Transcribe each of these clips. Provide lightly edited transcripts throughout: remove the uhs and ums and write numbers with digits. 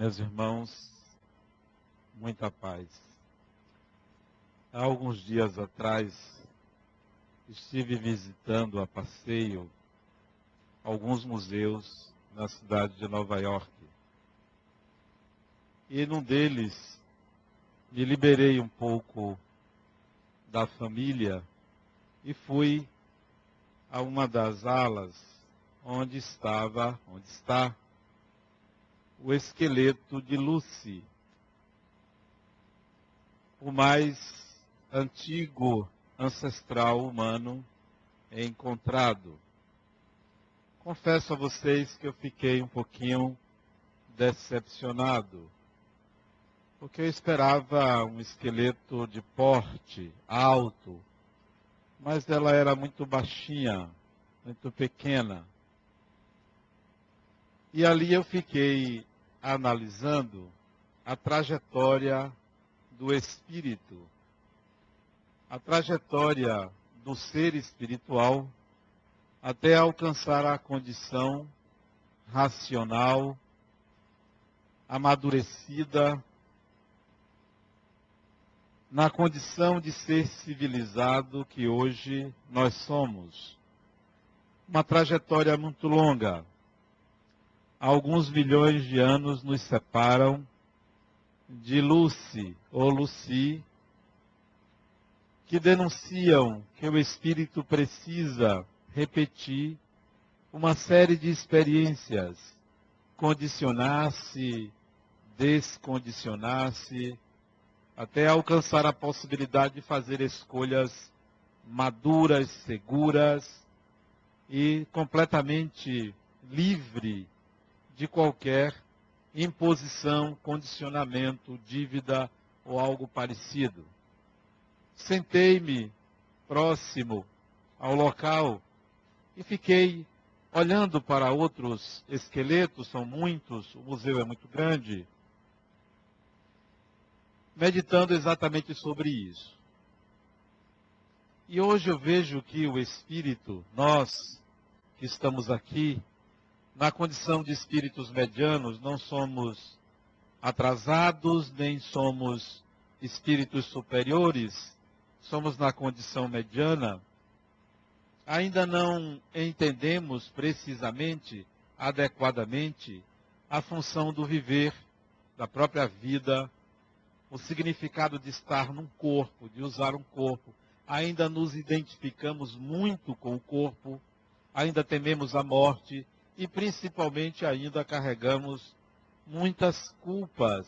Meus irmãos, muita paz. Há alguns dias atrás, estive visitando a passeio alguns museus na cidade de Nova York. E num deles, me liberei um pouco da família e fui a uma das alas onde está o esqueleto de Lucy, o mais antigo ancestral humano encontrado. Confesso a vocês que eu fiquei um pouquinho decepcionado, porque eu esperava um esqueleto de porte alto, mas ela era muito baixinha, muito pequena. E ali eu fiquei analisando a trajetória do espírito, a trajetória do ser espiritual até alcançar a condição racional, amadurecida, na condição de ser civilizado que hoje nós somos. Uma trajetória muito longa. Alguns milhões de anos nos separam de Lucy ou Lucy, que denunciam que o espírito precisa repetir uma série de experiências, condicionar-se, descondicionar-se, até alcançar a possibilidade de fazer escolhas maduras, seguras e completamente livre de qualquer imposição, condicionamento, dívida ou algo parecido. Sentei-me próximo ao local e fiquei olhando para outros esqueletos, são muitos, o museu é muito grande, meditando exatamente sobre isso. E hoje eu vejo que o espírito, nós que estamos aqui, na condição de espíritos medianos, não somos atrasados, nem somos espíritos superiores, somos na condição mediana. Ainda não entendemos precisamente, adequadamente, a função do viver, da própria vida, o significado de estar num corpo, de usar um corpo. Ainda nos identificamos muito com o corpo, ainda tememos a morte e principalmente ainda carregamos muitas culpas.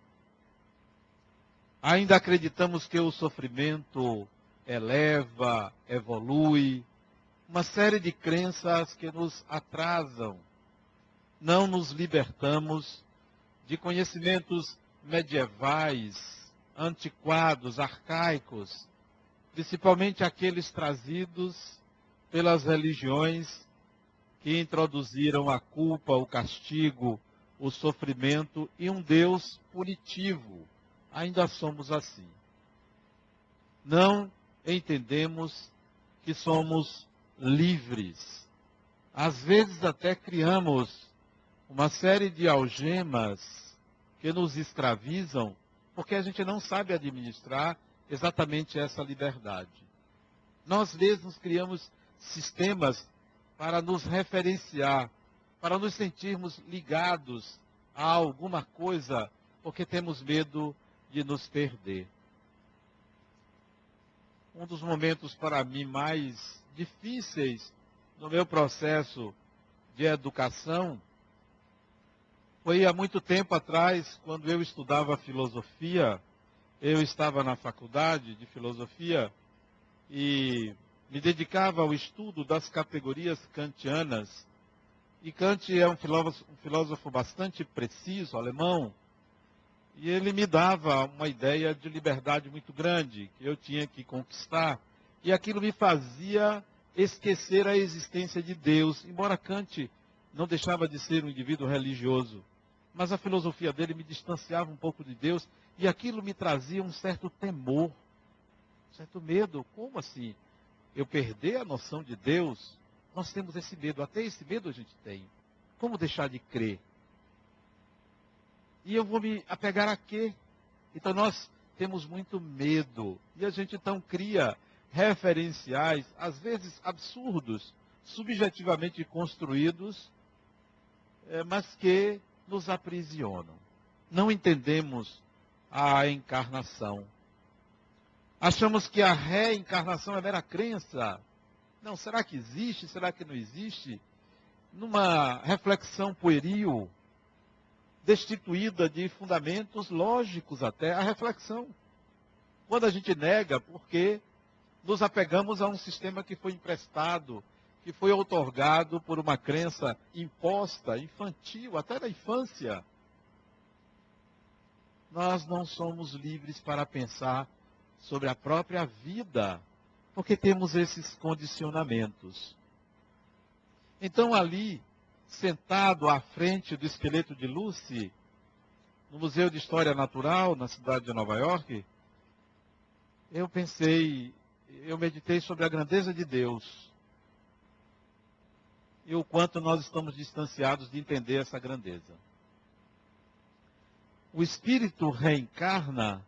Ainda acreditamos que o sofrimento eleva, evolui, uma série de crenças que nos atrasam. Não nos libertamos de conhecimentos medievais, antiquados, arcaicos, principalmente aqueles trazidos pelas religiões que introduziram a culpa, o castigo, o sofrimento e um Deus punitivo. Ainda somos assim. Não entendemos que somos livres. Às vezes até criamos uma série de algemas que nos escravizam, porque a gente não sabe administrar exatamente essa liberdade. Nós mesmos criamos sistemas para nos referenciar, para nos sentirmos ligados a alguma coisa, porque temos medo de nos perder. Um dos momentos para mim mais difíceis no meu processo de educação foi há muito tempo atrás, quando eu estudava filosofia. Eu estava na faculdade de filosofia e me dedicava ao estudo das categorias kantianas. E Kant é um filósofo bastante preciso, alemão, e ele me dava uma ideia de liberdade muito grande, que eu tinha que conquistar. E aquilo me fazia esquecer a existência de Deus, embora Kant não deixava de ser um indivíduo religioso. Mas a filosofia dele me distanciava um pouco de Deus, e aquilo me trazia um certo temor, um certo medo. Como assim? Eu perder a noção de Deus? Nós temos esse medo, até esse medo a gente tem. Como deixar de crer? E eu vou me apegar a quê? Então nós temos muito medo. E a gente então cria referenciais, às vezes absurdos, subjetivamente construídos, mas que nos aprisionam. Não entendemos a encarnação. Achamos que a reencarnação é mera crença. Não, será que existe? Será que não existe? Numa reflexão pueril, destituída de fundamentos lógicos até, a reflexão. Quando a gente nega, porque nos apegamos a um sistema que foi emprestado, que foi outorgado por uma crença imposta, infantil, até na infância. Nós não somos livres para pensar sobre a própria vida, porque temos esses condicionamentos. Então ali, sentado à frente do esqueleto de Lucy, no Museu de História Natural, na cidade de Nova York, eu meditei sobre a grandeza de Deus e o quanto nós estamos distanciados de entender essa grandeza. O espírito reencarna,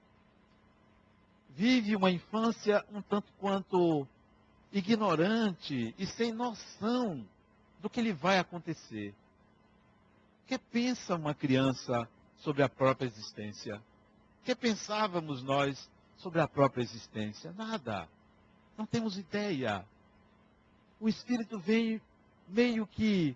vive uma infância um tanto quanto ignorante e sem noção do que lhe vai acontecer. O que pensa uma criança sobre a própria existência? O que pensávamos nós sobre a própria existência? Nada. Não temos ideia. O espírito vem meio que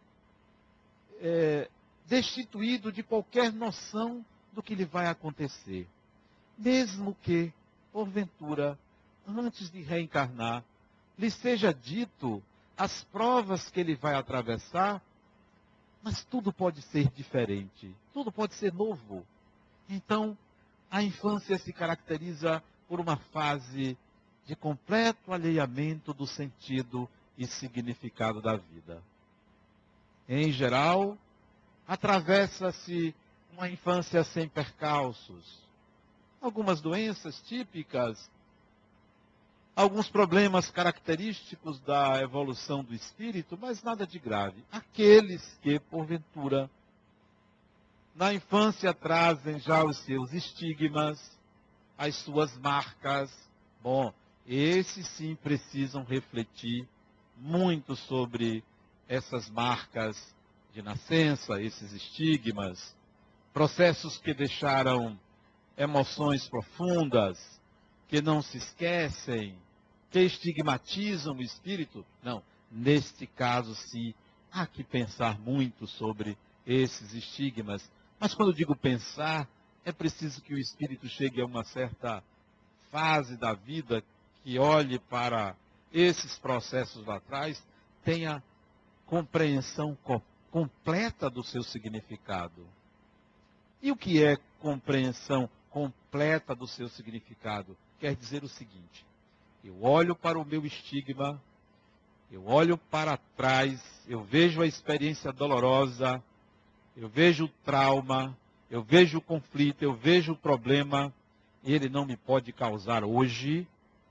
destituído de qualquer noção do que lhe vai acontecer. Mesmo que, porventura, antes de reencarnar, lhe seja dito as provas que ele vai atravessar, mas tudo pode ser diferente, tudo pode ser novo. Então, a infância se caracteriza por uma fase de completo alheamento do sentido e significado da vida. Em geral, atravessa-se uma infância sem percalços, algumas doenças típicas, alguns problemas característicos da evolução do espírito, mas nada de grave. Aqueles que, porventura, na infância trazem já os seus estigmas, as suas marcas, bom, esses sim precisam refletir muito sobre essas marcas de nascença, esses estigmas, processos que deixaram emoções profundas, que não se esquecem, que estigmatizam o espírito. Não, neste caso sim, há que pensar muito sobre esses estigmas. Mas quando digo pensar, é preciso que o espírito chegue a uma certa fase da vida, que olhe para esses processos lá atrás, tenha compreensão completa do seu significado. E o que é compreensão completa do seu significado? Quer dizer o seguinte: eu olho para o meu estigma, eu olho para trás, eu vejo a experiência dolorosa, eu vejo o trauma, eu vejo o conflito, eu vejo o problema, ele não me pode causar hoje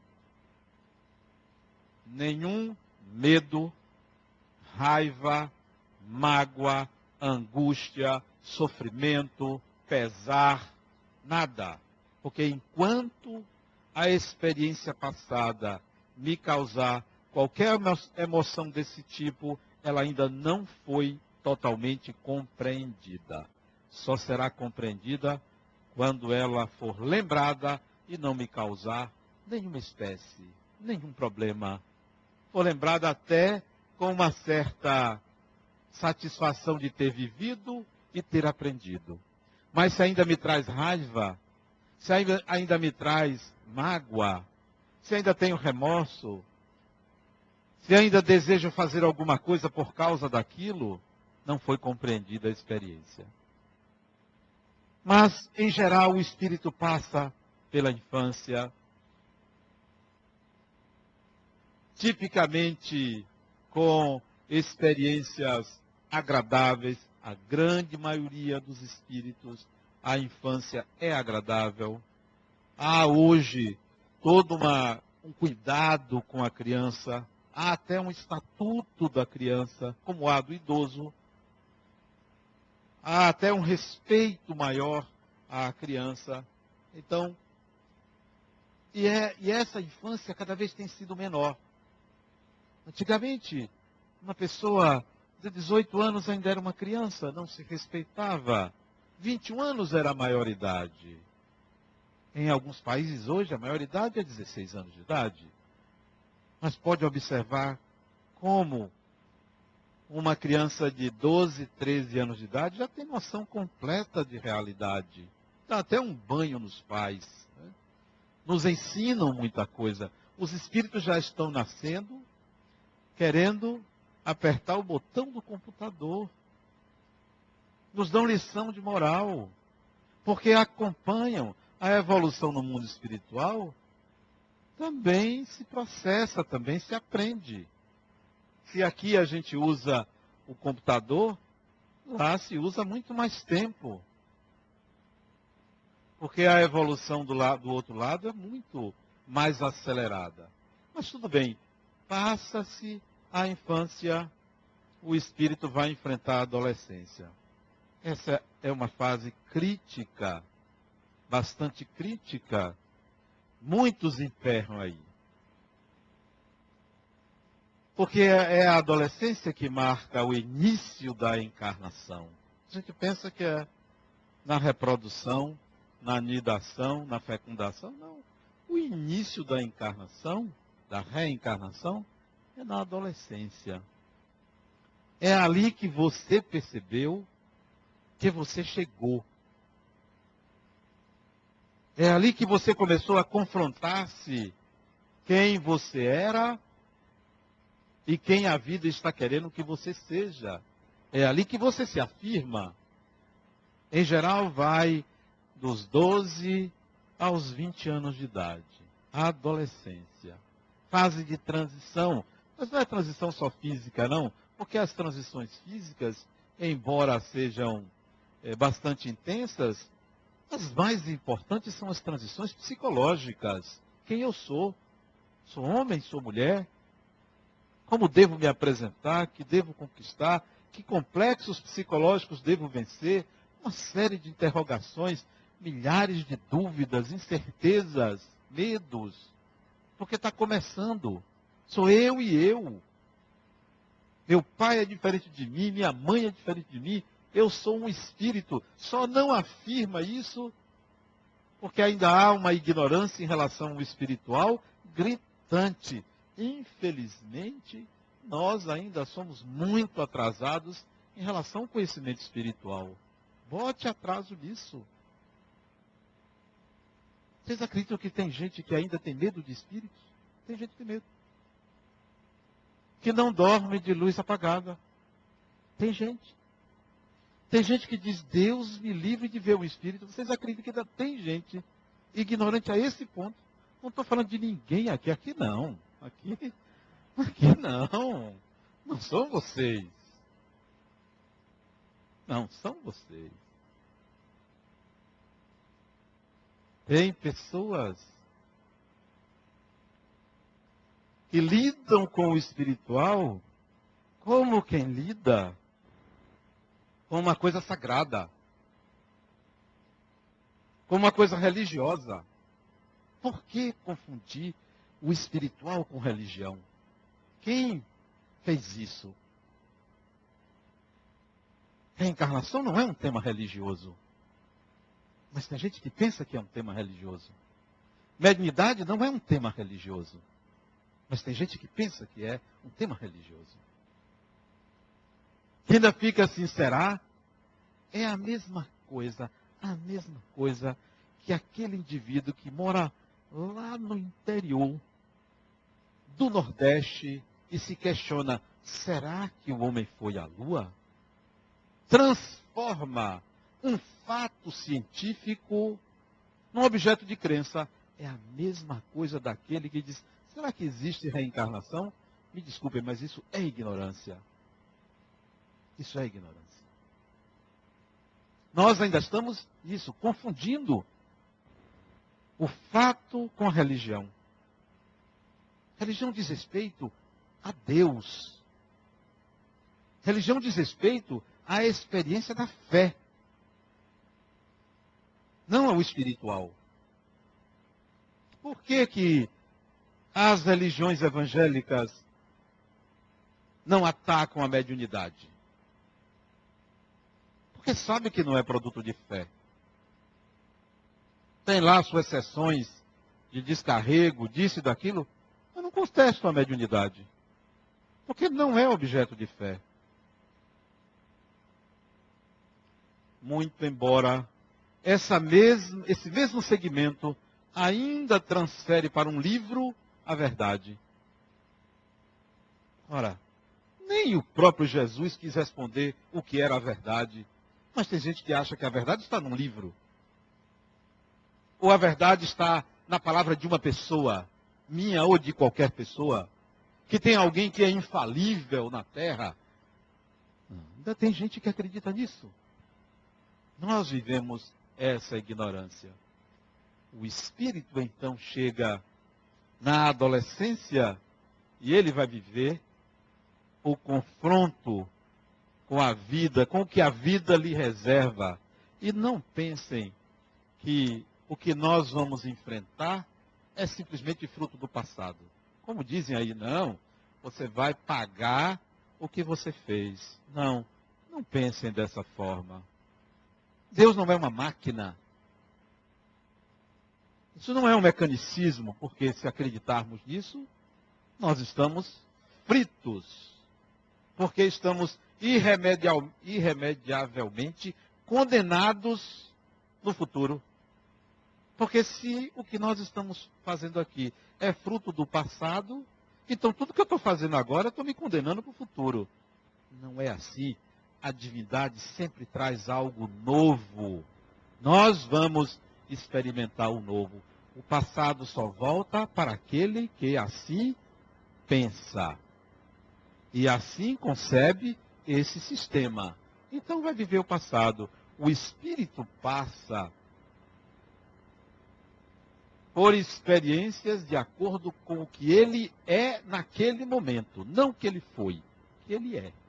nenhum medo, raiva, mágoa, angústia, sofrimento, pesar, nada. Porque enquanto a experiência passada me causar qualquer emoção desse tipo, ela ainda não foi totalmente compreendida. Só será compreendida quando ela for lembrada e não me causar nenhuma espécie, nenhum problema. For lembrada até com uma certa satisfação de ter vivido e ter aprendido. Mas se ainda me traz raiva, se ainda me traz mágoa, se ainda tenho remorso, se ainda desejo fazer alguma coisa por causa daquilo, não foi compreendida a experiência. Mas, em geral, o espírito passa pela infância, tipicamente com experiências agradáveis. A grande maioria dos espíritos, a infância é agradável. Há hoje todo um cuidado com a criança, há até um estatuto da criança, como há do idoso. há até um respeito maior à criança. Então, e essa infância cada vez tem sido menor. Antigamente, uma pessoa de 18 anos ainda era uma criança, não se respeitava. 21 anos era a maioridade. Em alguns países hoje, a maioridade é 16 anos de idade. Mas pode observar como uma criança de 12, 13 anos de idade já tem noção completa de realidade. Dá até um banho nos pais. Né? Nos ensinam muita coisa. Os espíritos já estão nascendo, querendo apertar o botão do computador. Nos dão lição de moral, porque acompanham a evolução no mundo espiritual, também se processa, também se aprende. Se aqui a gente usa o computador, lá se usa muito mais tempo. Porque a evolução do outro lado é muito mais acelerada. Mas tudo bem, passa-se a infância, o espírito vai enfrentar a adolescência. Essa é uma fase crítica, bastante crítica. Muitos emperram aí. Porque é a adolescência que marca o início da encarnação. A gente pensa que é na reprodução, na anidação, na fecundação. Não. O início da encarnação, da reencarnação, é na adolescência. É ali que você percebeu que você chegou. É ali que você começou a confrontar-se quem você era e quem a vida está querendo que você seja. É ali que você se afirma. Em geral, vai dos 12 aos 20 anos de idade. A adolescência. Fase de transição. Mas não é transição só física, não. Porque as transições físicas, embora sejam bastante intensas, as mais importantes são as transições psicológicas. Quem eu sou? Sou homem? Sou mulher? Como devo me apresentar? Que devo conquistar? Que complexos psicológicos devo vencer? Uma série de interrogações, milhares de dúvidas, incertezas, medos. Porque está começando. Sou eu e eu. Meu pai é diferente de mim, minha mãe é diferente de mim. Eu sou um espírito. Só não afirma isso porque ainda há uma ignorância em relação ao espiritual gritante. Infelizmente, nós ainda somos muito atrasados em relação ao conhecimento espiritual. Bote atraso nisso. Vocês acreditam que tem gente que ainda tem medo de espíritos? Tem gente que tem medo. Que não dorme de luz apagada. Tem gente. Tem gente que diz, Deus me livre de ver o espírito. Vocês acreditam que ainda tem gente ignorante a esse ponto? Não estou falando de ninguém aqui. Aqui não. Aqui não. Não são vocês. Não, são vocês. Tem pessoas que lidam com o espiritual como quem lida com uma coisa sagrada, com uma coisa religiosa. Por que confundir o espiritual com religião? Quem fez isso? Reencarnação não é um tema religioso. Mas tem gente que pensa que é um tema religioso. Mediunidade não é um tema religioso. Mas tem gente que pensa que é um tema religioso. Que ainda fica assim, será? É a mesma coisa que aquele indivíduo que mora lá no interior do Nordeste e se questiona, será que o homem foi à Lua? Transforma um fato científico num objeto de crença. É a mesma coisa daquele que diz, será que existe reencarnação? Me desculpem, mas isso é ignorância. Isso é ignorância. Nós ainda estamos nisso, confundindo o fato com a religião. Religião diz respeito a Deus. Religião diz respeito à experiência da fé, não ao espiritual. Por que que as religiões evangélicas não atacam a mediunidade? Porque sabe que não é produto de fé. Tem lá suas sessões de descarrego, disso e daquilo. Eu não contesto a mediunidade. Porque não é objeto de fé. Muito embora esse mesmo segmento ainda transfere para um livro a verdade. Ora, nem o próprio Jesus quis responder o que era a verdade. Mas tem gente que acha que a verdade está num livro. Ou a verdade está na palavra de uma pessoa, minha ou de qualquer pessoa, que tem alguém que é infalível na terra. Ainda tem gente que acredita nisso. Nós vivemos essa ignorância. O espírito então chega na adolescência e ele vai viver o confronto com a vida, com o que a vida lhe reserva. E não pensem que o que nós vamos enfrentar é simplesmente fruto do passado. Como dizem aí, não, você vai pagar o que você fez. Não, não pensem dessa forma. Deus não é uma máquina. Isso não é um mecanicismo, porque se acreditarmos nisso, nós estamos fritos. Porque estamos irremediavelmente condenados no futuro. Porque se o que nós estamos fazendo aqui é fruto do passado, então tudo que eu estou fazendo agora, eu estou me condenando para o futuro. Não é assim. A divindade sempre traz algo novo. Nós vamos experimentar o novo. O passado só volta para aquele que assim pensa. E assim concebe esse sistema. Então vai viver o passado. O espírito passa por experiências de acordo com o que ele é naquele momento. Não o que ele foi, o que ele é.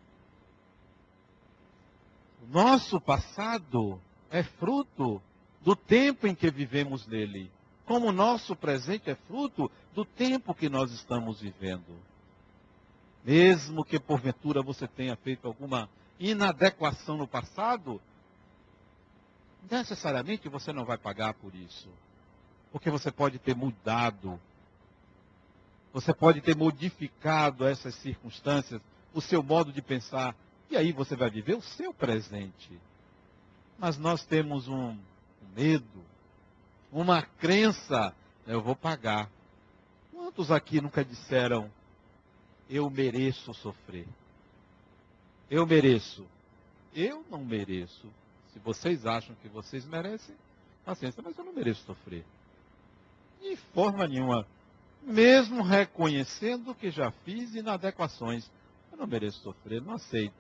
O nosso passado é fruto do tempo em que vivemos nele. Como o nosso presente é fruto do tempo que nós estamos vivendo. Mesmo que porventura você tenha feito alguma inadequação no passado, necessariamente você não vai pagar por isso. Porque você pode ter mudado. Você pode ter modificado essas circunstâncias, o seu modo de pensar. E aí você vai viver o seu presente. Mas nós temos um medo, uma crença, eu vou pagar. Quantos aqui nunca disseram, eu mereço sofrer? Eu mereço. Eu não mereço. Se vocês acham que vocês merecem, paciência, mas eu não mereço sofrer. De forma nenhuma. Mesmo reconhecendo que já fiz inadequações. Eu não mereço sofrer, não aceito.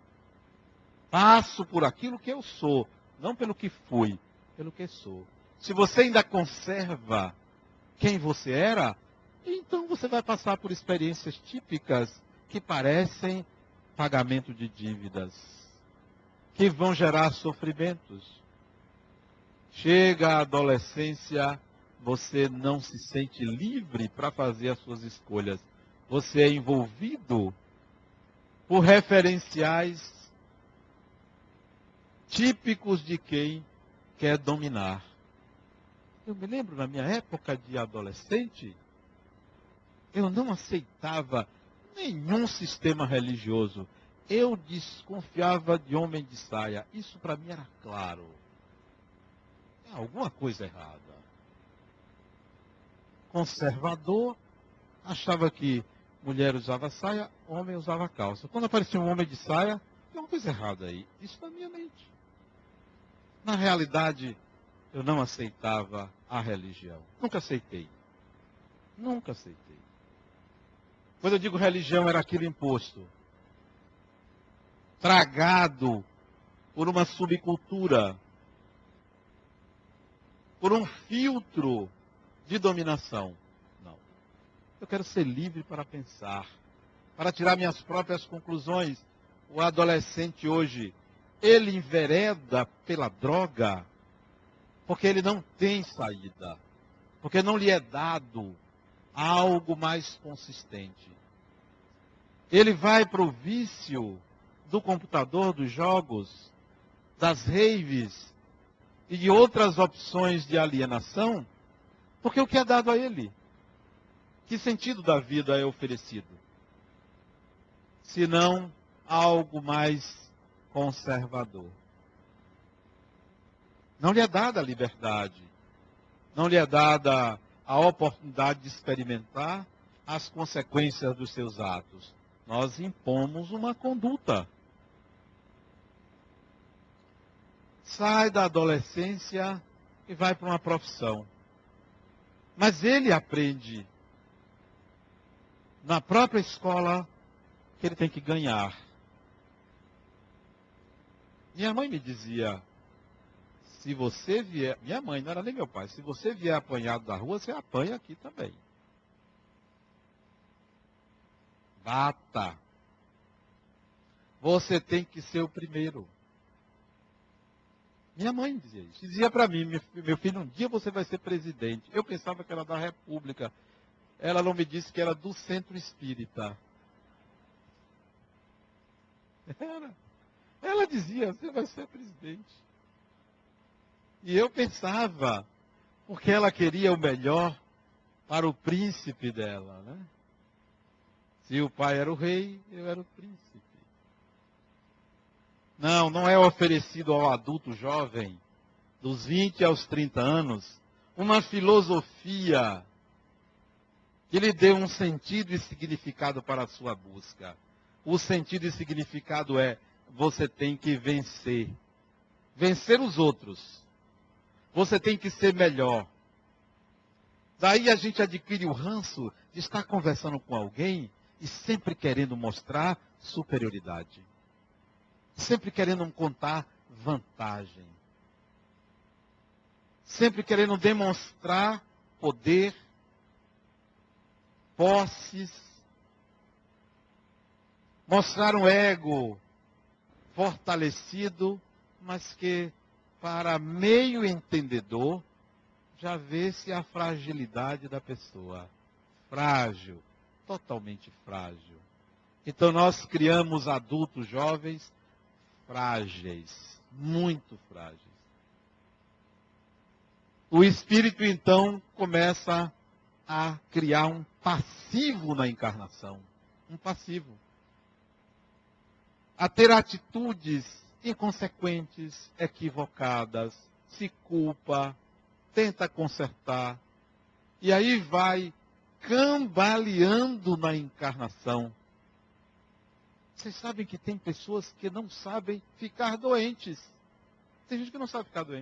Passo por aquilo que eu sou, não pelo que fui, pelo que sou. Se você ainda conserva quem você era, então você vai passar por experiências típicas que parecem pagamento de dívidas, que vão gerar sofrimentos. Chega a adolescência, você não se sente livre para fazer as suas escolhas. Você é envolvido por referenciais típicos de quem quer dominar. Eu me lembro, na minha época de adolescente, eu não aceitava nenhum sistema religioso. Eu desconfiava de homem de saia. Isso para mim era claro. Tem alguma coisa errada. Conservador, achava que mulher usava saia, homem usava calça. Quando aparecia um homem de saia, tem uma coisa errada aí. Isso na minha mente. Na realidade, eu não aceitava a religião. Nunca aceitei. Nunca aceitei. Quando eu digo religião, era aquilo imposto. Tragado por uma subcultura. Por um filtro de dominação. Não. Eu quero ser livre para pensar. Para tirar minhas próprias conclusões. o adolescente hoje, ele envereda pela droga porque ele não tem saída, porque não lhe é dado algo mais consistente. Ele vai para o vício do computador, dos jogos, das raves e de outras opções de alienação, porque o que é dado a ele? Que sentido da vida é oferecido? Se não algo mais conservador. Não lhe é dada a liberdade, não lhe é dada a oportunidade de experimentar as consequências dos seus atos. Nós impomos uma conduta. Sai da adolescência e vai para uma profissão. Mas ele aprende na própria escola que ele tem que ganhar. Minha mãe me dizia, se você vier... Minha mãe, não era nem meu pai. Se você vier apanhado da rua, você apanha aqui também. Bata. Você tem que ser o primeiro. Minha mãe dizia isso. Dizia para mim, meu filho, um dia você vai ser presidente. Eu pensava que era da República. Ela não me disse que era do Centro Espírita. Era. Ela dizia, você vai ser presidente. E eu pensava, porque ela queria o melhor para o príncipe dela, né? Se o pai era o rei, eu era o príncipe. Não, não é oferecido ao adulto jovem, dos 20 aos 30 anos, uma filosofia que lhe dê um sentido e significado para a sua busca. O sentido e significado é, você tem que vencer. Vencer os outros. Você tem que ser melhor. Daí a gente adquire o ranço de estar conversando com alguém e sempre querendo mostrar superioridade. Sempre querendo contar vantagem. Sempre querendo demonstrar poder, posses, mostrar um ego fortalecido, mas que para meio entendedor já vê-se a fragilidade da pessoa. Frágil, totalmente frágil. Então nós criamos adultos jovens frágeis, muito frágeis. O espírito então começa a criar um passivo na encarnação. Um passivo. A ter atitudes inconsequentes, equivocadas, se culpa, tenta consertar. E aí vai cambaleando na encarnação. Vocês sabem que tem pessoas que não sabem ficar doentes. Tem gente que não sabe ficar doente.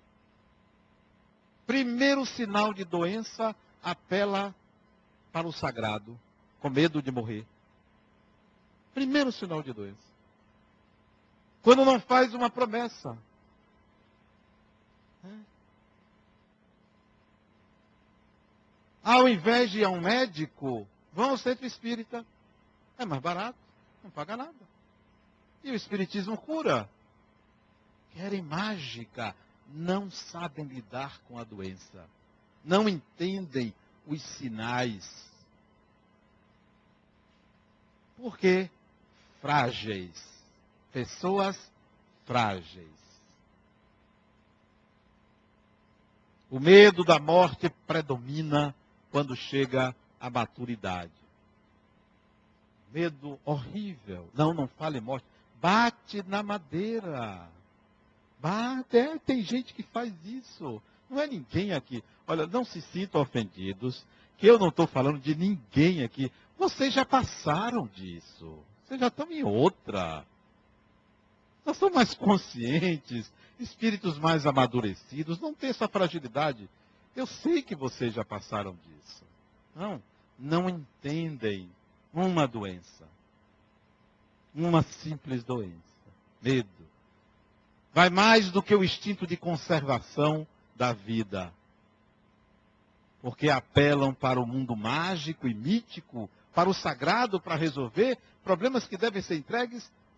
Primeiro sinal de doença, apela para o sagrado, com medo de morrer. Primeiro sinal de doença. Quando não faz uma promessa. Ao invés de ir a um médico, vão ao centro espírita. É mais barato, não paga nada. E o espiritismo cura. Querem mágica, não sabem lidar com a doença. Não entendem os sinais. Por quê? Frágeis. Pessoas frágeis. O medo da morte predomina quando chega à maturidade. Medo horrível. Não fale morte. Bate na madeira. Bate. Tem gente que faz isso. Não é ninguém aqui. Olha, não se sintam ofendidos, que eu não estou falando de ninguém aqui. Vocês já passaram disso. Vocês já estão em outra. Nós somos mais conscientes, espíritos mais amadurecidos, não tem essa fragilidade. Eu sei que vocês já passaram disso. Não entendem uma doença. Uma simples doença. Medo. Vai mais do que o instinto de conservação da vida. Porque apelam para o mundo mágico e mítico, para o sagrado, para resolver problemas que devem ser entregues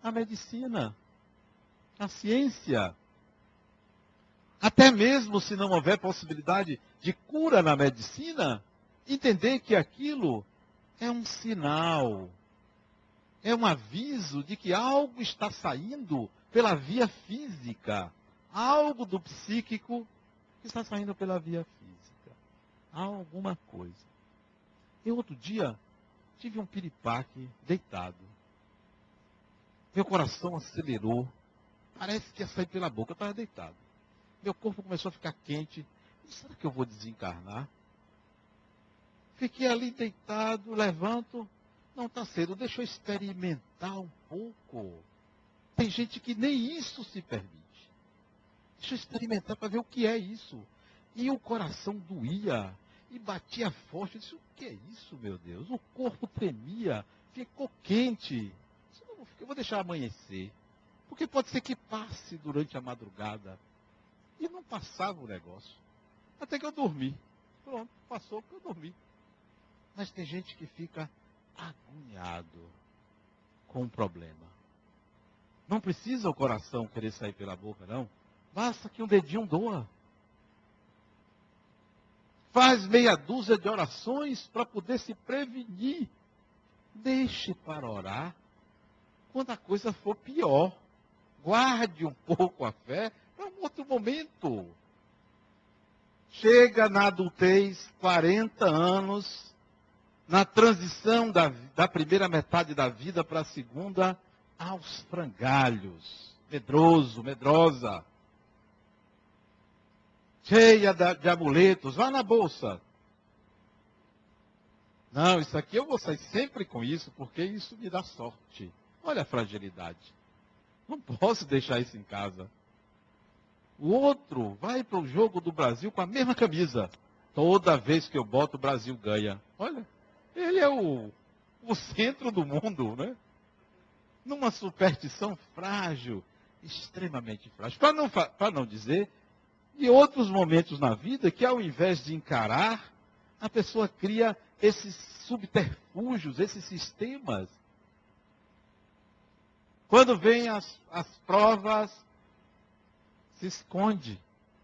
a medicina, a ciência. Até mesmo se não houver possibilidade de cura na medicina, entender que aquilo é um sinal, é um aviso de que algo está saindo pela via física, algo do psíquico que está saindo pela via física. Há alguma coisa. Eu outro dia tive um piripaque deitado. Meu coração acelerou. Parece que ia sair pela boca. Eu estava deitado. Meu corpo começou a ficar quente. Será que eu vou desencarnar? Fiquei ali deitado, levanto. Não está cedo, deixa eu experimentar um pouco. Tem gente que nem isso se permite. Deixa eu experimentar para ver o que é isso. E o coração doía. E batia forte. Eu disse, o que é isso, meu Deus? O corpo tremia. Ficou quente. Eu vou deixar amanhecer. Porque pode ser que passe durante a madrugada. E não passava o negócio. Até que eu dormi. Pronto, passou porque eu dormi. Mas tem gente que fica agoniado com o problema. Não precisa o coração querer sair pela boca, não. Basta que um dedinho doa. Faz meia dúzia de orações para poder se prevenir. Deixe para orar quando a coisa for pior. Guarde um pouco a fé para um outro momento. Chega na adultez, 40 anos, na transição da primeira metade da vida para a segunda, aos frangalhos, medroso, medrosa, cheia de amuletos, vá na bolsa. Não, isso aqui eu vou sair sempre com isso, porque isso me dá sorte. Olha a fragilidade. Não posso deixar isso em casa. O outro vai para o jogo do Brasil com a mesma camisa. Toda vez que eu boto, o Brasil ganha. Olha, ele é o centro do mundo, né? Numa superstição frágil, extremamente frágil. Para não dizer, de outros momentos na vida que ao invés de encarar, a pessoa cria esses subterfúgios, esses sistemas. Quando vêm as provas, se esconde.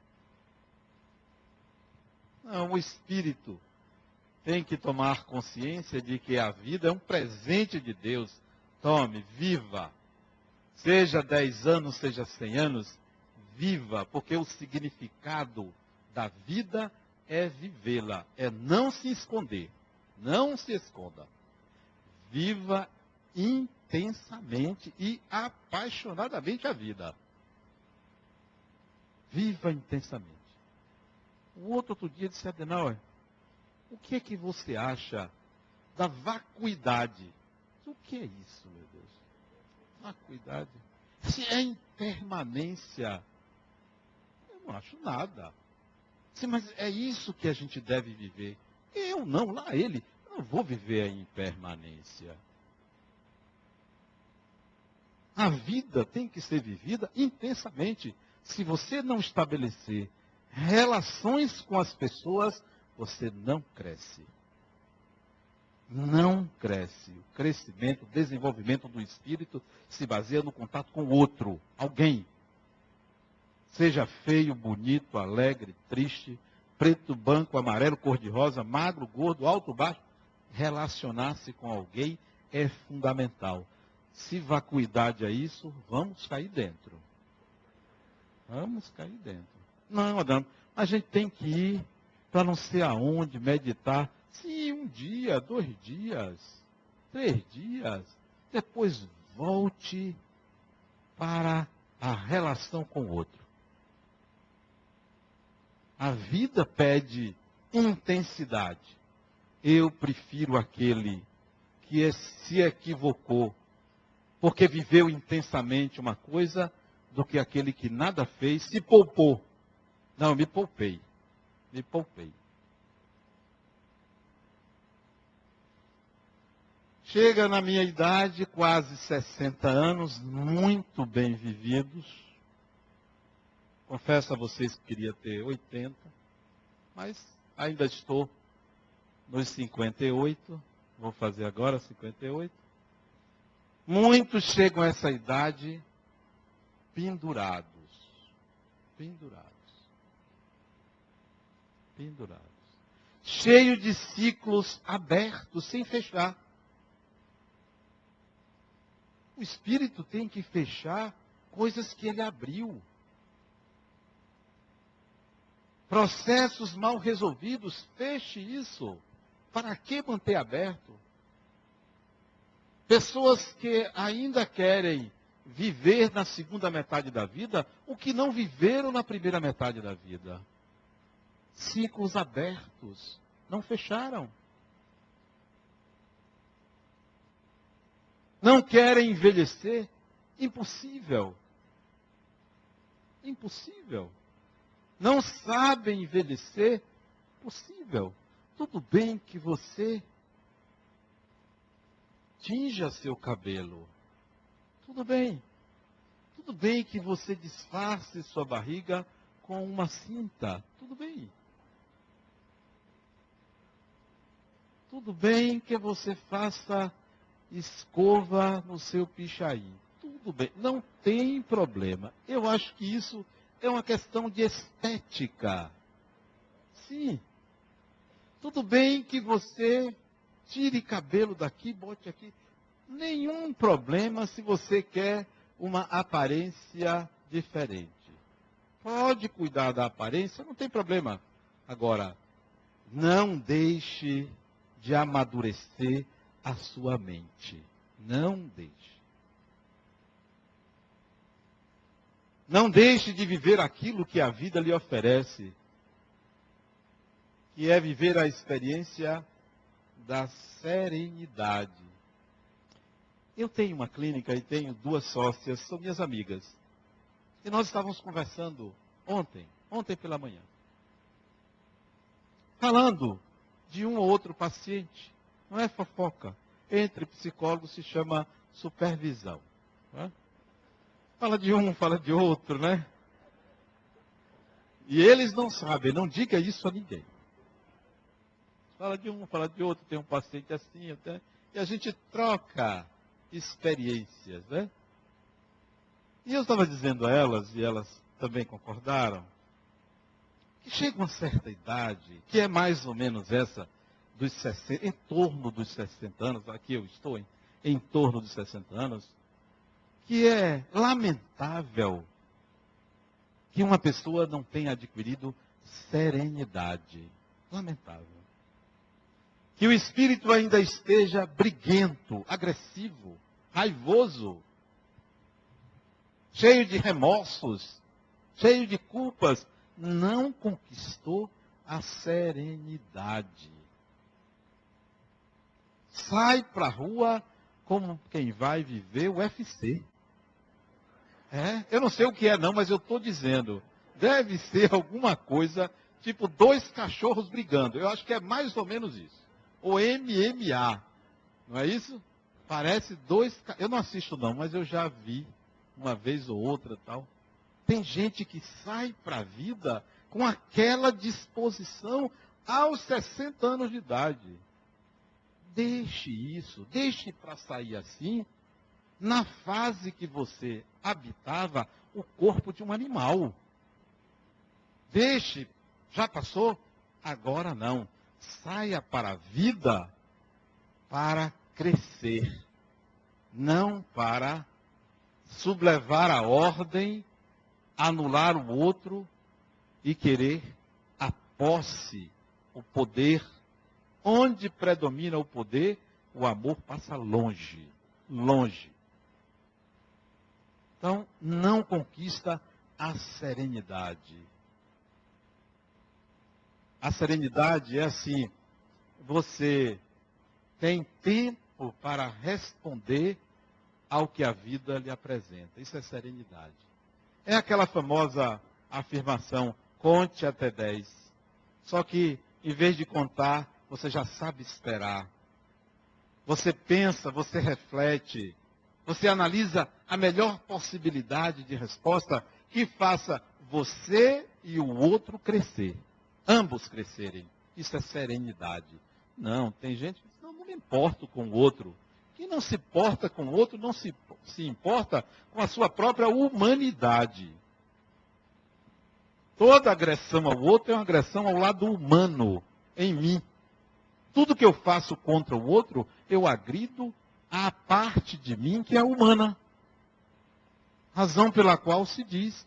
Não, o espírito tem que tomar consciência de que a vida é um presente de Deus. Tome, viva. Seja 10 anos, seja 100 anos, viva, porque o significado da vida é vivê-la, é não se esconder. Não se esconda. Viva intensamente e apaixonadamente a vida. Viva intensamente. O outro dia disse, Adenauer, o que é que você acha da vacuidade? O que é isso, meu Deus? Vacuidade? Se é impermanência. Eu não acho nada. Sim, mas é isso que a gente deve viver. Eu não, lá ele. Eu não vou viver a impermanência. A vida tem que ser vivida intensamente. Se você não estabelecer relações com as pessoas, você não cresce. Não cresce. O crescimento, o desenvolvimento do espírito se baseia no contato com o outro, alguém. Seja feio, bonito, alegre, triste, preto, branco, amarelo, cor-de-rosa, magro, gordo, alto, baixo. Relacionar-se com alguém é fundamental. Se vacuidade é isso, vamos cair dentro. Vamos cair dentro. Não, Adão, a gente tem que ir para não sei aonde, meditar. Sim, 1 dia, 2 dias, 3 dias. Depois volte para a relação com o outro. A vida pede intensidade. Eu prefiro aquele que se equivocou porque viveu intensamente uma coisa, do que aquele que nada fez, se poupou. Não, me poupei. Me poupei. Chega na minha idade, quase 60 anos, muito bem vividos. Confesso a vocês que queria ter 80, mas ainda estou nos 58. Vou fazer agora 58. Muitos chegam a essa idade pendurados. Pendurados. Pendurados. Cheio de ciclos abertos, sem fechar. O Espírito tem que fechar coisas que ele abriu. Processos mal resolvidos, feche isso. Para que manter aberto? Pessoas que ainda querem viver na segunda metade da vida o que não viveram na primeira metade da vida. Ciclos abertos, não fecharam. Não querem envelhecer? Impossível. Impossível. Não sabem envelhecer? Possível. Tudo bem que você tinja seu cabelo. Tudo bem. Tudo bem que você disfarce sua barriga com uma cinta. Tudo bem. Tudo bem que você faça escova no seu pichain. Tudo bem. Não tem problema. Eu acho que isso é uma questão de estética. Sim. Tudo bem que você tire cabelo daqui, bote aqui. Nenhum problema se você quer uma aparência diferente. Pode cuidar da aparência, não tem problema. Agora, não deixe de amadurecer a sua mente. Não deixe. Não deixe de viver aquilo que a vida lhe oferece, que é viver a experiência da serenidade. Eu tenho uma clínica e tenho 2 sócias, são minhas amigas. E nós estávamos conversando ontem pela manhã, falando de um ou outro paciente. Não é fofoca. Entre psicólogos se chama supervisão. Não é? Fala de um, fala de outro, né? E eles não sabem, não diga isso a ninguém. Fala de um, fala de outro, tem um paciente assim, até, e a gente troca experiências, né? E eu estava dizendo a elas, e elas também concordaram, que chega uma certa idade, que é mais ou menos essa dos 60, em torno dos 60 anos, aqui eu estou, em torno dos 60 anos, que é lamentável que uma pessoa não tenha adquirido serenidade. Lamentável. Que o espírito ainda esteja briguento, agressivo, raivoso, cheio de remorsos, cheio de culpas, não conquistou a serenidade. Sai para a rua como quem vai viver o UFC. Eu não sei o que é não, mas eu estou dizendo. Deve ser alguma coisa, tipo 2 cachorros brigando. Eu acho que é mais ou menos isso. Ou MMA. Não é isso? Parece 2... Eu não assisto não, mas eu já vi uma vez ou outra tal. Tem gente que sai para a vida com aquela disposição aos 60 anos de idade. Deixe isso, deixe para sair assim, na fase que você habitava o corpo de um animal. Deixe, já passou? Agora não. Saia para a vida para crescer, não para sublevar a ordem, anular o outro e querer a posse, o poder. Onde predomina o poder, o amor passa longe, longe. Então, não conquista a serenidade. A serenidade é assim, você tem tempo para responder ao que a vida lhe apresenta. Isso é serenidade. É aquela famosa afirmação, conte até 10. Só que, em vez de contar, você já sabe esperar. Você pensa, você reflete, você analisa a melhor possibilidade de resposta que faça você e o outro crescer. Ambos crescerem. Isso é serenidade. Não, tem gente que diz, não me importo com o outro. que não se importa com o outro, não se importa com a sua própria humanidade. Toda agressão ao outro é uma agressão ao lado humano, em mim. Tudo que eu faço contra o outro, eu agrido a parte de mim que é humana. Razão pela qual se diz: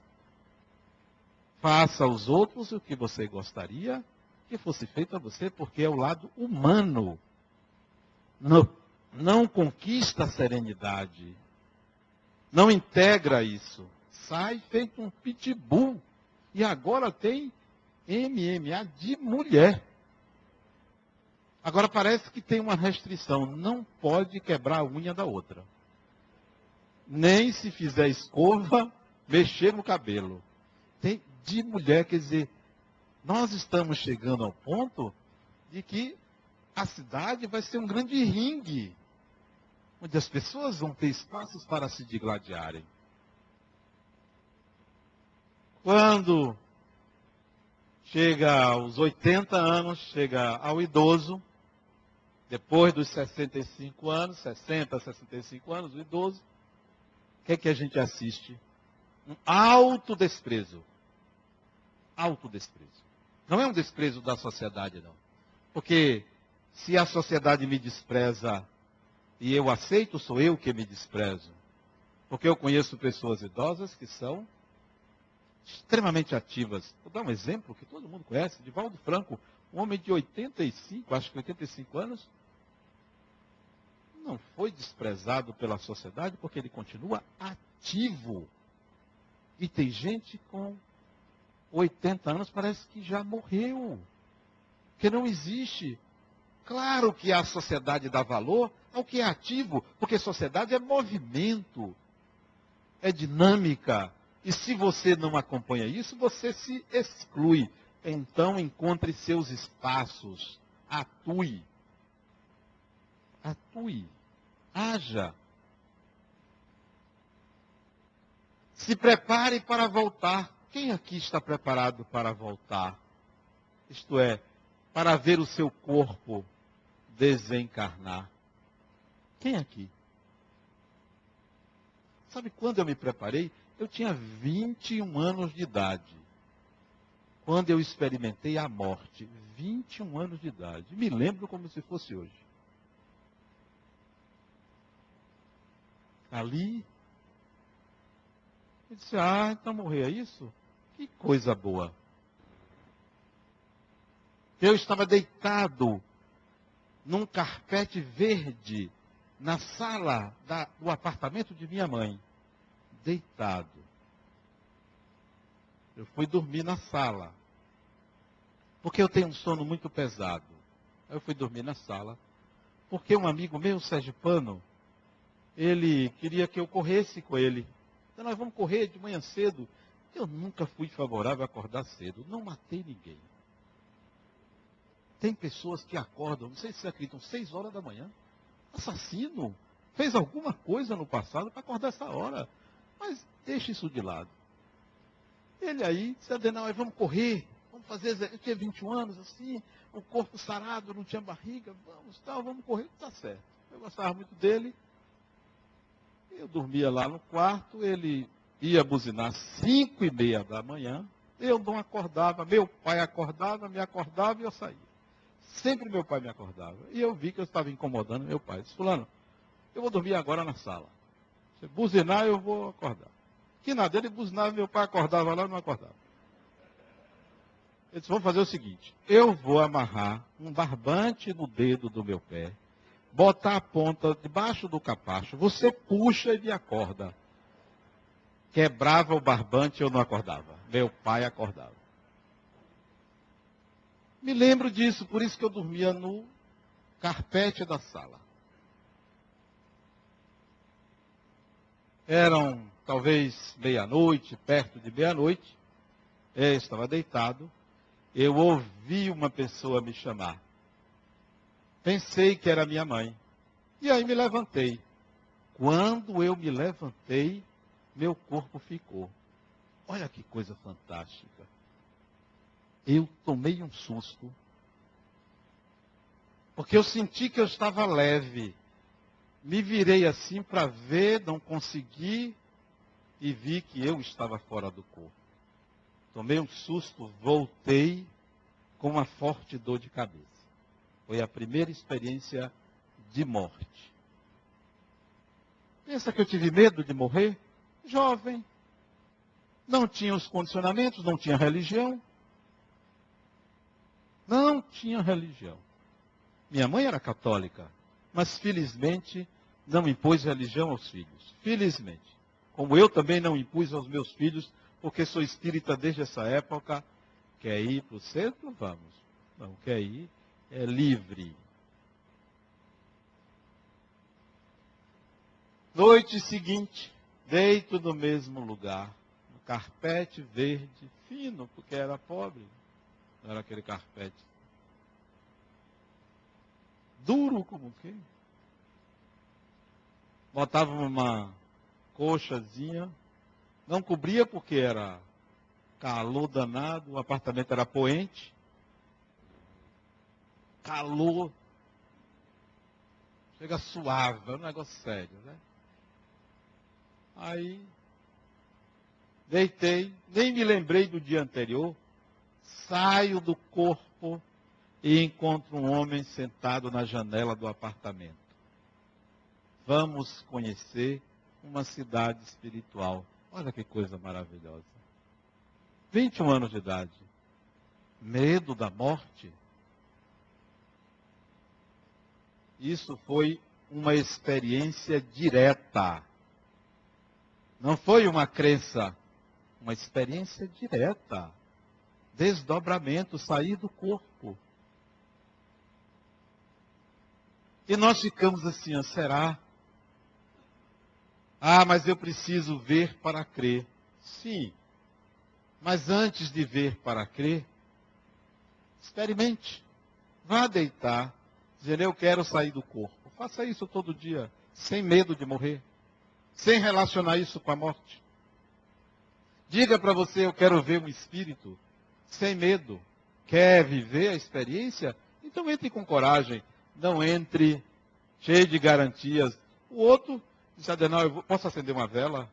faça aos outros o que você gostaria que fosse feito a você, porque é o lado humano. Não conquista a serenidade. Não integra isso. Sai feito um pitbull. E agora tem MMA de mulher. Agora parece que tem uma restrição. Não pode quebrar a unha da outra. Nem se fizer escova, mexer no cabelo. Tem de mulher, quer dizer, nós estamos chegando ao ponto de que a cidade vai ser um grande ringue, onde as pessoas vão ter espaços para se digladiarem. Quando chega aos 80 anos, chega ao idoso, depois dos 65 anos, 60, 65 anos, o idoso, o que é que a gente assiste? Um autodesprezo. Autodesprezo. Não é um desprezo da sociedade, não. Porque se a sociedade me despreza e eu aceito, sou eu que me desprezo. Porque eu conheço pessoas idosas que são extremamente ativas. Vou dar um exemplo que todo mundo conhece, Divaldo Franco, um homem de 85, acho que 85 anos, não foi desprezado pela sociedade porque ele continua ativo. E tem gente com 80 anos, parece que já morreu. Que não existe. Claro que a sociedade dá valor ao que é ativo, porque sociedade é movimento, é dinâmica. E se você não acompanha isso, você se exclui. Então encontre seus espaços, atue. Atue, haja. Se prepare para voltar. Quem aqui está preparado para voltar? Isto é, para ver o seu corpo desencarnar. Quem aqui? Sabe quando eu me preparei? Eu tinha 21 anos de idade. Quando eu experimentei a morte. 21 anos de idade. Me lembro como se fosse hoje. Ali, eu disse, então morrer é isso? Que coisa boa. Eu estava deitado num carpete verde na sala do apartamento de minha mãe. Deitado. Eu fui dormir na sala. Porque eu tenho um sono muito pesado. Eu fui dormir na sala. Porque um amigo meu, sergipano, ele queria que eu corresse com ele. Então nós vamos correr de manhã cedo. Eu nunca fui favorável a acordar cedo. Não matei ninguém. Tem pessoas que acordam, não sei se vocês acreditam, 6 horas da manhã. Assassino. Fez alguma coisa no passado para acordar essa hora. Mas deixa isso de lado. Ele aí disse, Adenauer, vamos correr. Vamos fazer, eu tinha 21 anos, assim, o corpo sarado, não tinha barriga. Vamos correr, tá certo. Eu gostava muito dele. Eu dormia lá no quarto, ele ia buzinar 5:30 da manhã. Eu não acordava, meu pai acordava, me acordava e eu saía. Sempre meu pai me acordava. E eu vi que eu estava incomodando meu pai. Eu disse, fulano, eu vou dormir agora na sala. Se buzinar, eu vou acordar. Que nada, ele buzinava, meu pai acordava lá, eu não acordava. Ele disse, vamos fazer o seguinte, eu vou amarrar um barbante no dedo do meu pé, botar a ponta debaixo do capacho, você puxa e me acorda. Quebrava o barbante, eu não acordava. Meu pai acordava. Me lembro disso, por isso que eu dormia no carpete da sala. Eram talvez meia-noite, perto de meia-noite. Eu estava deitado. Eu ouvi uma pessoa me chamar. Pensei que era minha mãe. E aí me levantei. Quando eu me levantei, meu corpo ficou. Olha que coisa fantástica. Eu tomei um susto. Porque eu senti que eu estava leve. Me virei assim para ver, não consegui e vi que eu estava fora do corpo. Tomei um susto, voltei com uma forte dor de cabeça. Foi a primeira experiência de morte. Pensa que eu tive medo de morrer? Jovem. Não tinha os condicionamentos, não tinha religião. Não tinha religião. Minha mãe era católica, mas felizmente não impôs religião aos filhos. Felizmente. Como eu também não impus aos meus filhos, porque sou espírita desde essa época. Quer ir para o centro? Vamos. Não quer ir? É livre. Noite seguinte, deito no mesmo lugar, no carpete verde, fino, porque era pobre. Não era aquele carpete duro como o quê? Botava uma coxazinha, não cobria porque era calor danado, o apartamento era poente. Calor. Chega suave, é um negócio sério, né? Aí, deitei, nem me lembrei do dia anterior, saio do corpo e encontro um homem sentado na janela do apartamento. Vamos conhecer uma cidade espiritual. Olha que coisa maravilhosa. 21 anos de idade. Medo da morte? Isso foi uma experiência direta. Não foi uma crença, uma experiência direta. Desdobramento, sair do corpo. E nós ficamos assim, será? Ah, mas eu preciso ver para crer. Sim, mas antes de ver para crer, experimente. Vá deitar, dizendo, eu quero sair do corpo. Faça isso todo dia, sem medo de morrer. Sem relacionar isso com a morte. Diga para você, eu quero ver um espírito, sem medo. Quer viver a experiência? Então entre com coragem. Não entre cheio de garantias. O outro disse, Adenal, posso acender uma vela?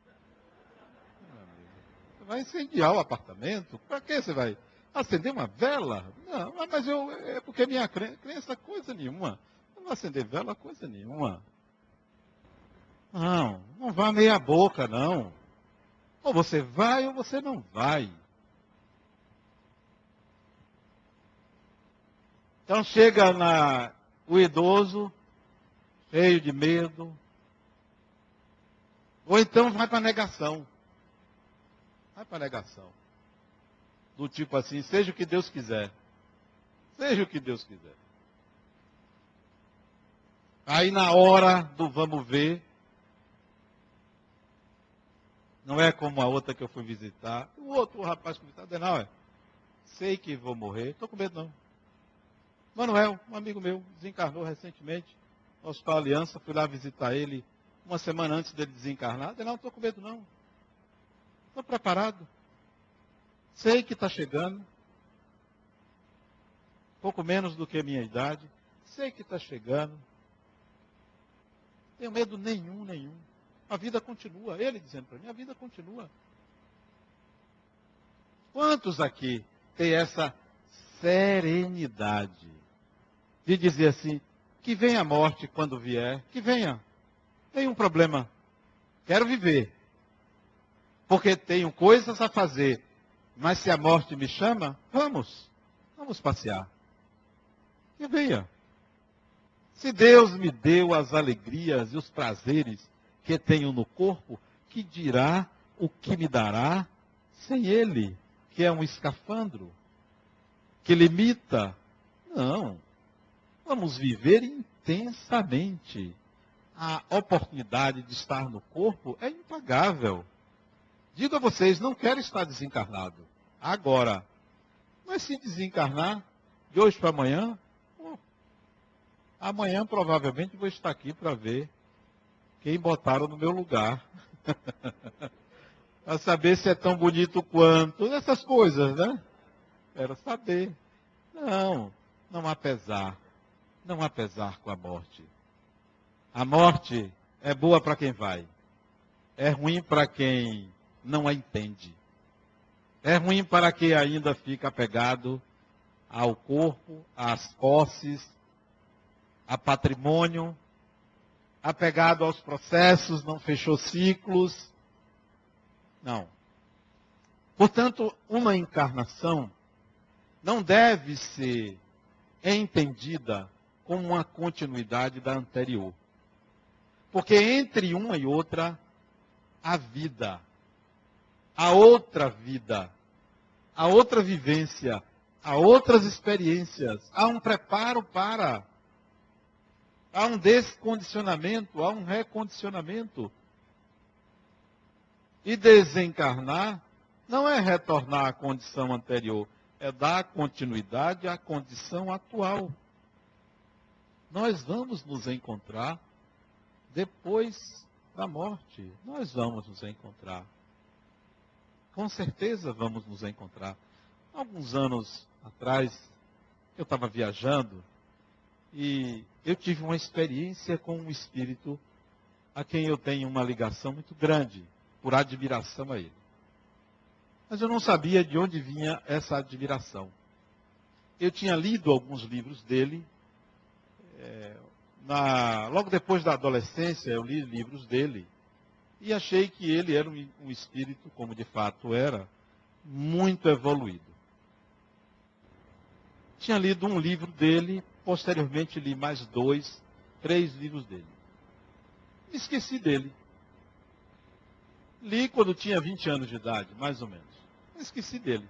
Você vai incendiar o apartamento? Para que você vai acender uma vela? Não, mas é porque minha crença coisa nenhuma. Não vou acender vela coisa nenhuma. Não, não vá meia boca, não. Ou você vai ou você não vai. Então chega o idoso, cheio de medo. Ou então vai para a negação. Vai para a negação. Do tipo assim, seja o que Deus quiser. Seja o que Deus quiser. Aí na hora do vamos ver, não é como a outra que eu fui visitar. O outro rapaz que eu visitar, não, sei que vou morrer, estou com medo não. Manuel, um amigo meu, desencarnou recentemente, no Hospital Aliança, fui lá visitar ele uma semana antes dele desencarnar. Não estou com medo não. Estou preparado. Sei que está chegando. Pouco menos do que a minha idade. Sei que está chegando. Tenho medo nenhum. A vida continua. Ele dizendo para mim, a vida continua. Quantos aqui têm essa serenidade de dizer assim, que venha a morte quando vier, que venha. Nenhum problema. Quero viver. Porque tenho coisas a fazer. Mas se a morte me chama, vamos passear. Que venha. Se Deus me deu as alegrias e os prazeres que tenho no corpo, que dirá o que me dará sem Ele, que é um escafandro, que limita? Não. Vamos viver intensamente. A oportunidade de estar no corpo é impagável. Digo a vocês, não quero estar desencarnado agora. Mas se desencarnar, de hoje para amanhã, amanhã provavelmente vou estar aqui para ver quem botaram no meu lugar. Para saber se é tão bonito quanto. Essas coisas, né? Quero saber. Não há pesar. Não há pesar com a morte. A morte é boa para quem vai. É ruim para quem não a entende. É ruim para quem ainda fica apegado ao corpo, às posses, a patrimônio, apegado aos processos, não fechou ciclos. Não. Portanto, uma encarnação não deve ser entendida como uma continuidade da anterior. Porque entre uma e outra, há vida, há outra vida, há outra vivência, há outras experiências, há um preparo para, há um descondicionamento, há um recondicionamento. E desencarnar não é retornar à condição anterior, é dar continuidade à condição atual. Nós vamos nos encontrar depois da morte. Nós vamos nos encontrar. Com certeza vamos nos encontrar. Alguns anos atrás, eu estava viajando e eu tive uma experiência com um espírito a quem eu tenho uma ligação muito grande, por admiração a ele. Mas eu não sabia de onde vinha essa admiração. Eu tinha lido alguns livros dele. Logo depois da adolescência, eu li livros dele. E achei que ele era um espírito, como de fato era, muito evoluído. Tinha lido um livro dele, posteriormente li mais 2, 3 livros dele. Me esqueci dele. Li quando tinha 20 anos de idade, mais ou menos. Me esqueci dele.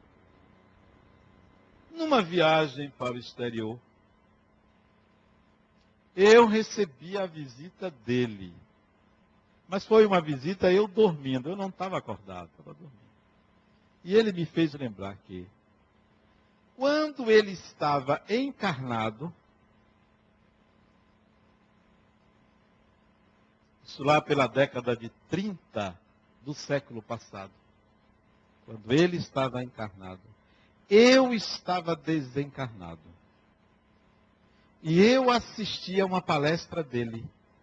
Numa viagem para o exterior, eu recebi a visita dele. Mas foi uma visita eu dormindo. Eu não estava acordado, estava dormindo. E ele me fez lembrar que, quando ele estava encarnado, isso lá pela década de 30 do século passado, quando ele estava encarnado, eu estava desencarnado. E eu assisti a uma palestra dele.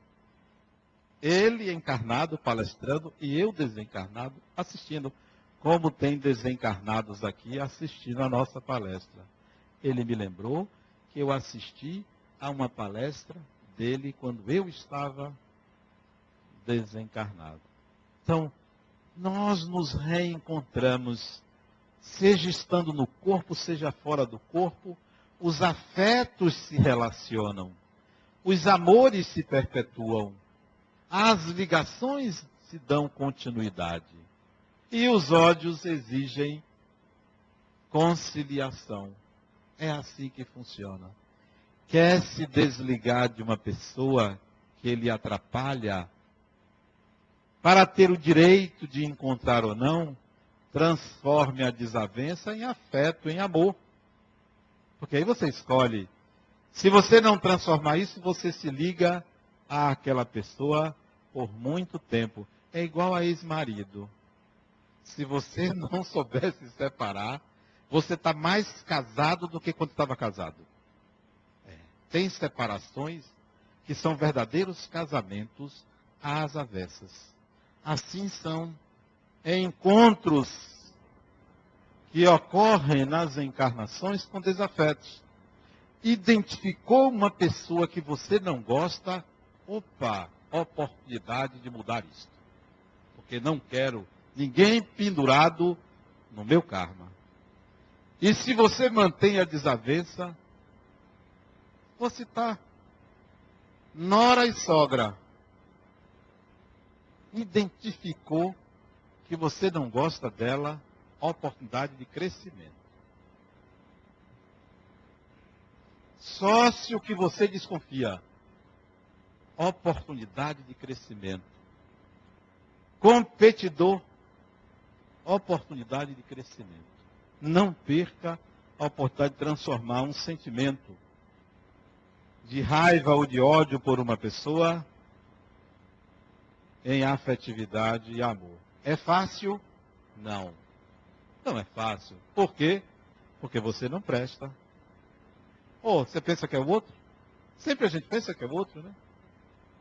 Ele encarnado, palestrando, e eu desencarnado, assistindo. Como tem desencarnados aqui assistindo a nossa palestra. Ele me lembrou que eu assisti a uma palestra dele quando eu estava desencarnado. Então, nós nos reencontramos, seja estando no corpo, seja fora do corpo, os afetos se relacionam, os amores se perpetuam, as ligações se dão continuidade e os ódios exigem conciliação. É assim que funciona. Quer se desligar de uma pessoa que lhe atrapalha, para ter o direito de encontrar ou não, transforme a desavença em afeto, em amor. Porque aí você escolhe. Se você não transformar isso, você se liga àquela pessoa por muito tempo. É igual a ex-marido. Se você não souber se separar, você está mais casado do que quando estava casado. Tem separações que são verdadeiros casamentos às avessas. Assim são encontros que ocorrem nas encarnações com desafetos. Identificou uma pessoa que você não gosta, opa, oportunidade de mudar isto. Porque não quero ninguém pendurado no meu karma. E se você mantém a desavença, vou citar, nora e sogra. Identificou que você não gosta dela, oportunidade de crescimento. Sócio que você desconfia, oportunidade de crescimento. Competidor, oportunidade de crescimento. Não perca a oportunidade de transformar um sentimento de raiva ou de ódio por uma pessoa em afetividade e amor. É fácil? Não. Não é fácil. Por quê? Porque você não presta. Ou você pensa que é o outro? Sempre a gente pensa que é o outro, né?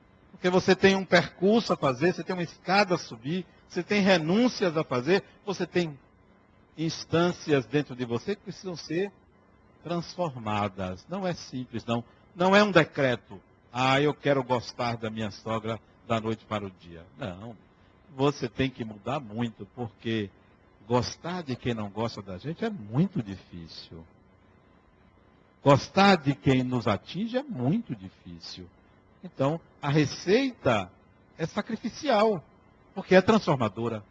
Porque você tem um percurso a fazer, você tem uma escada a subir, você tem renúncias a fazer, você tem instâncias dentro de você que precisam ser transformadas. Não é simples, não. Não é um decreto. Ah, eu quero gostar da minha sogra da noite para o dia. Não. Você tem que mudar muito, porque gostar de quem não gosta da gente é muito difícil. Gostar de quem nos atinge é muito difícil. Então, a receita é sacrificial, porque é transformadora.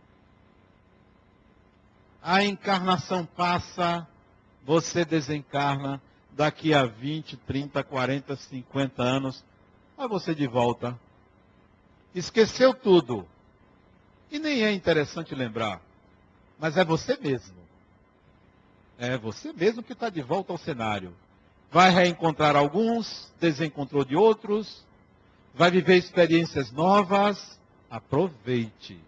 A encarnação passa, você desencarna, daqui a 20, 30, 40, 50 anos, aí você de volta. Esqueceu tudo. E nem é interessante lembrar, mas é você mesmo. É você mesmo que está de volta ao cenário. Vai reencontrar alguns, desencontrou de outros, vai viver experiências novas. Aproveite.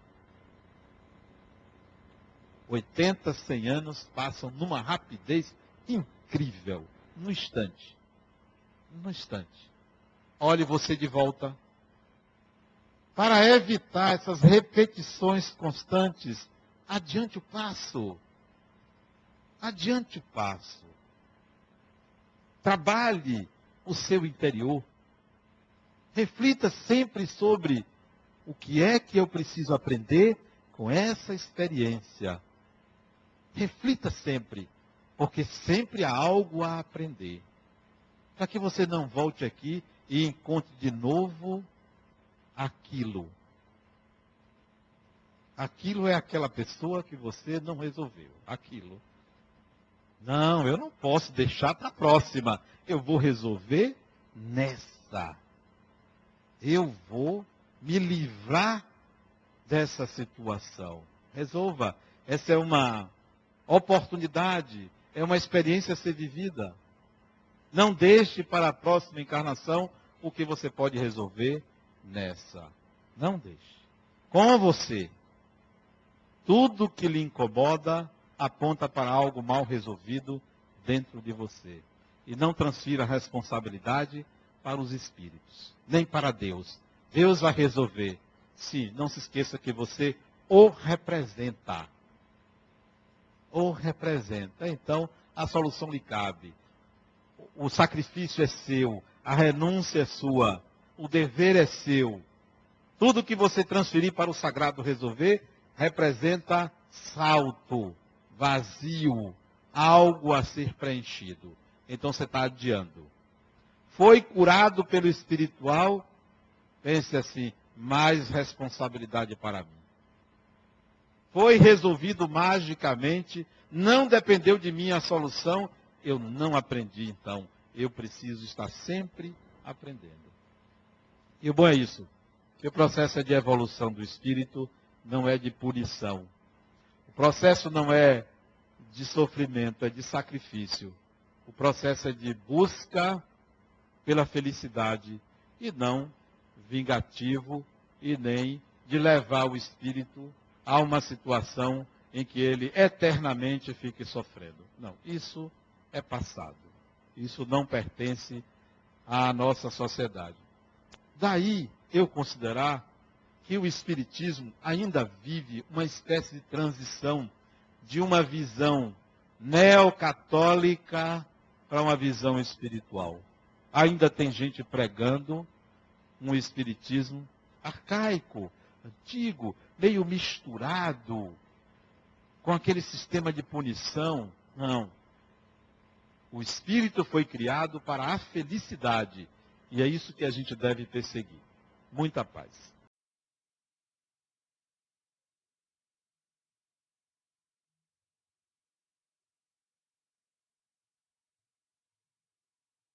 80, 100 anos passam numa rapidez incrível. Num instante. Num instante. Olhe você de volta. Para evitar essas repetições constantes, adiante o passo. Adiante o passo. Trabalhe o seu interior. Reflita sempre sobre o que é que eu preciso aprender com essa experiência. Reflita sempre, porque sempre há algo a aprender. Para que você não volte aqui e encontre de novo aquilo. Aquilo é aquela pessoa que você não resolveu. Aquilo. Não, eu não posso deixar para a próxima. Eu vou resolver nessa. Eu vou me livrar dessa situação. Resolva. Essa é uma oportunidade, é uma experiência a ser vivida. Não deixe para a próxima encarnação o que você pode resolver nessa. Não deixe. Com você. Tudo que lhe incomoda aponta para algo mal resolvido dentro de você. E não transfira a responsabilidade para os espíritos, nem para Deus. Deus vai resolver. Sim, não se esqueça que você o representa. O representa. Então, a solução lhe cabe. O sacrifício é seu, a renúncia é sua, o dever é seu. Tudo que você transferir para o sagrado resolver representa salto, vazio, algo a ser preenchido. Então você está adiando. Foi curado pelo espiritual, pense assim, mais responsabilidade para mim. Foi resolvido magicamente, não dependeu de mim a solução, eu não aprendi, então eu preciso estar sempre aprendendo. E o bom é isso, que o processo é de evolução do espírito, não é de punição. O processo não é de sofrimento, é de sacrifício. O processo é de busca pela felicidade e não vingativo e nem de levar o espírito a uma situação em que ele eternamente fique sofrendo. Não, isso é passado. Isso não pertence à nossa sociedade. Daí eu considerar que o espiritismo ainda vive uma espécie de transição de uma visão neocatólica para uma visão espiritual. Ainda tem gente pregando um espiritismo arcaico, antigo, meio misturado com aquele sistema de punição. Não. O espírito foi criado para a felicidade. E é isso que a gente deve perseguir. Muita paz.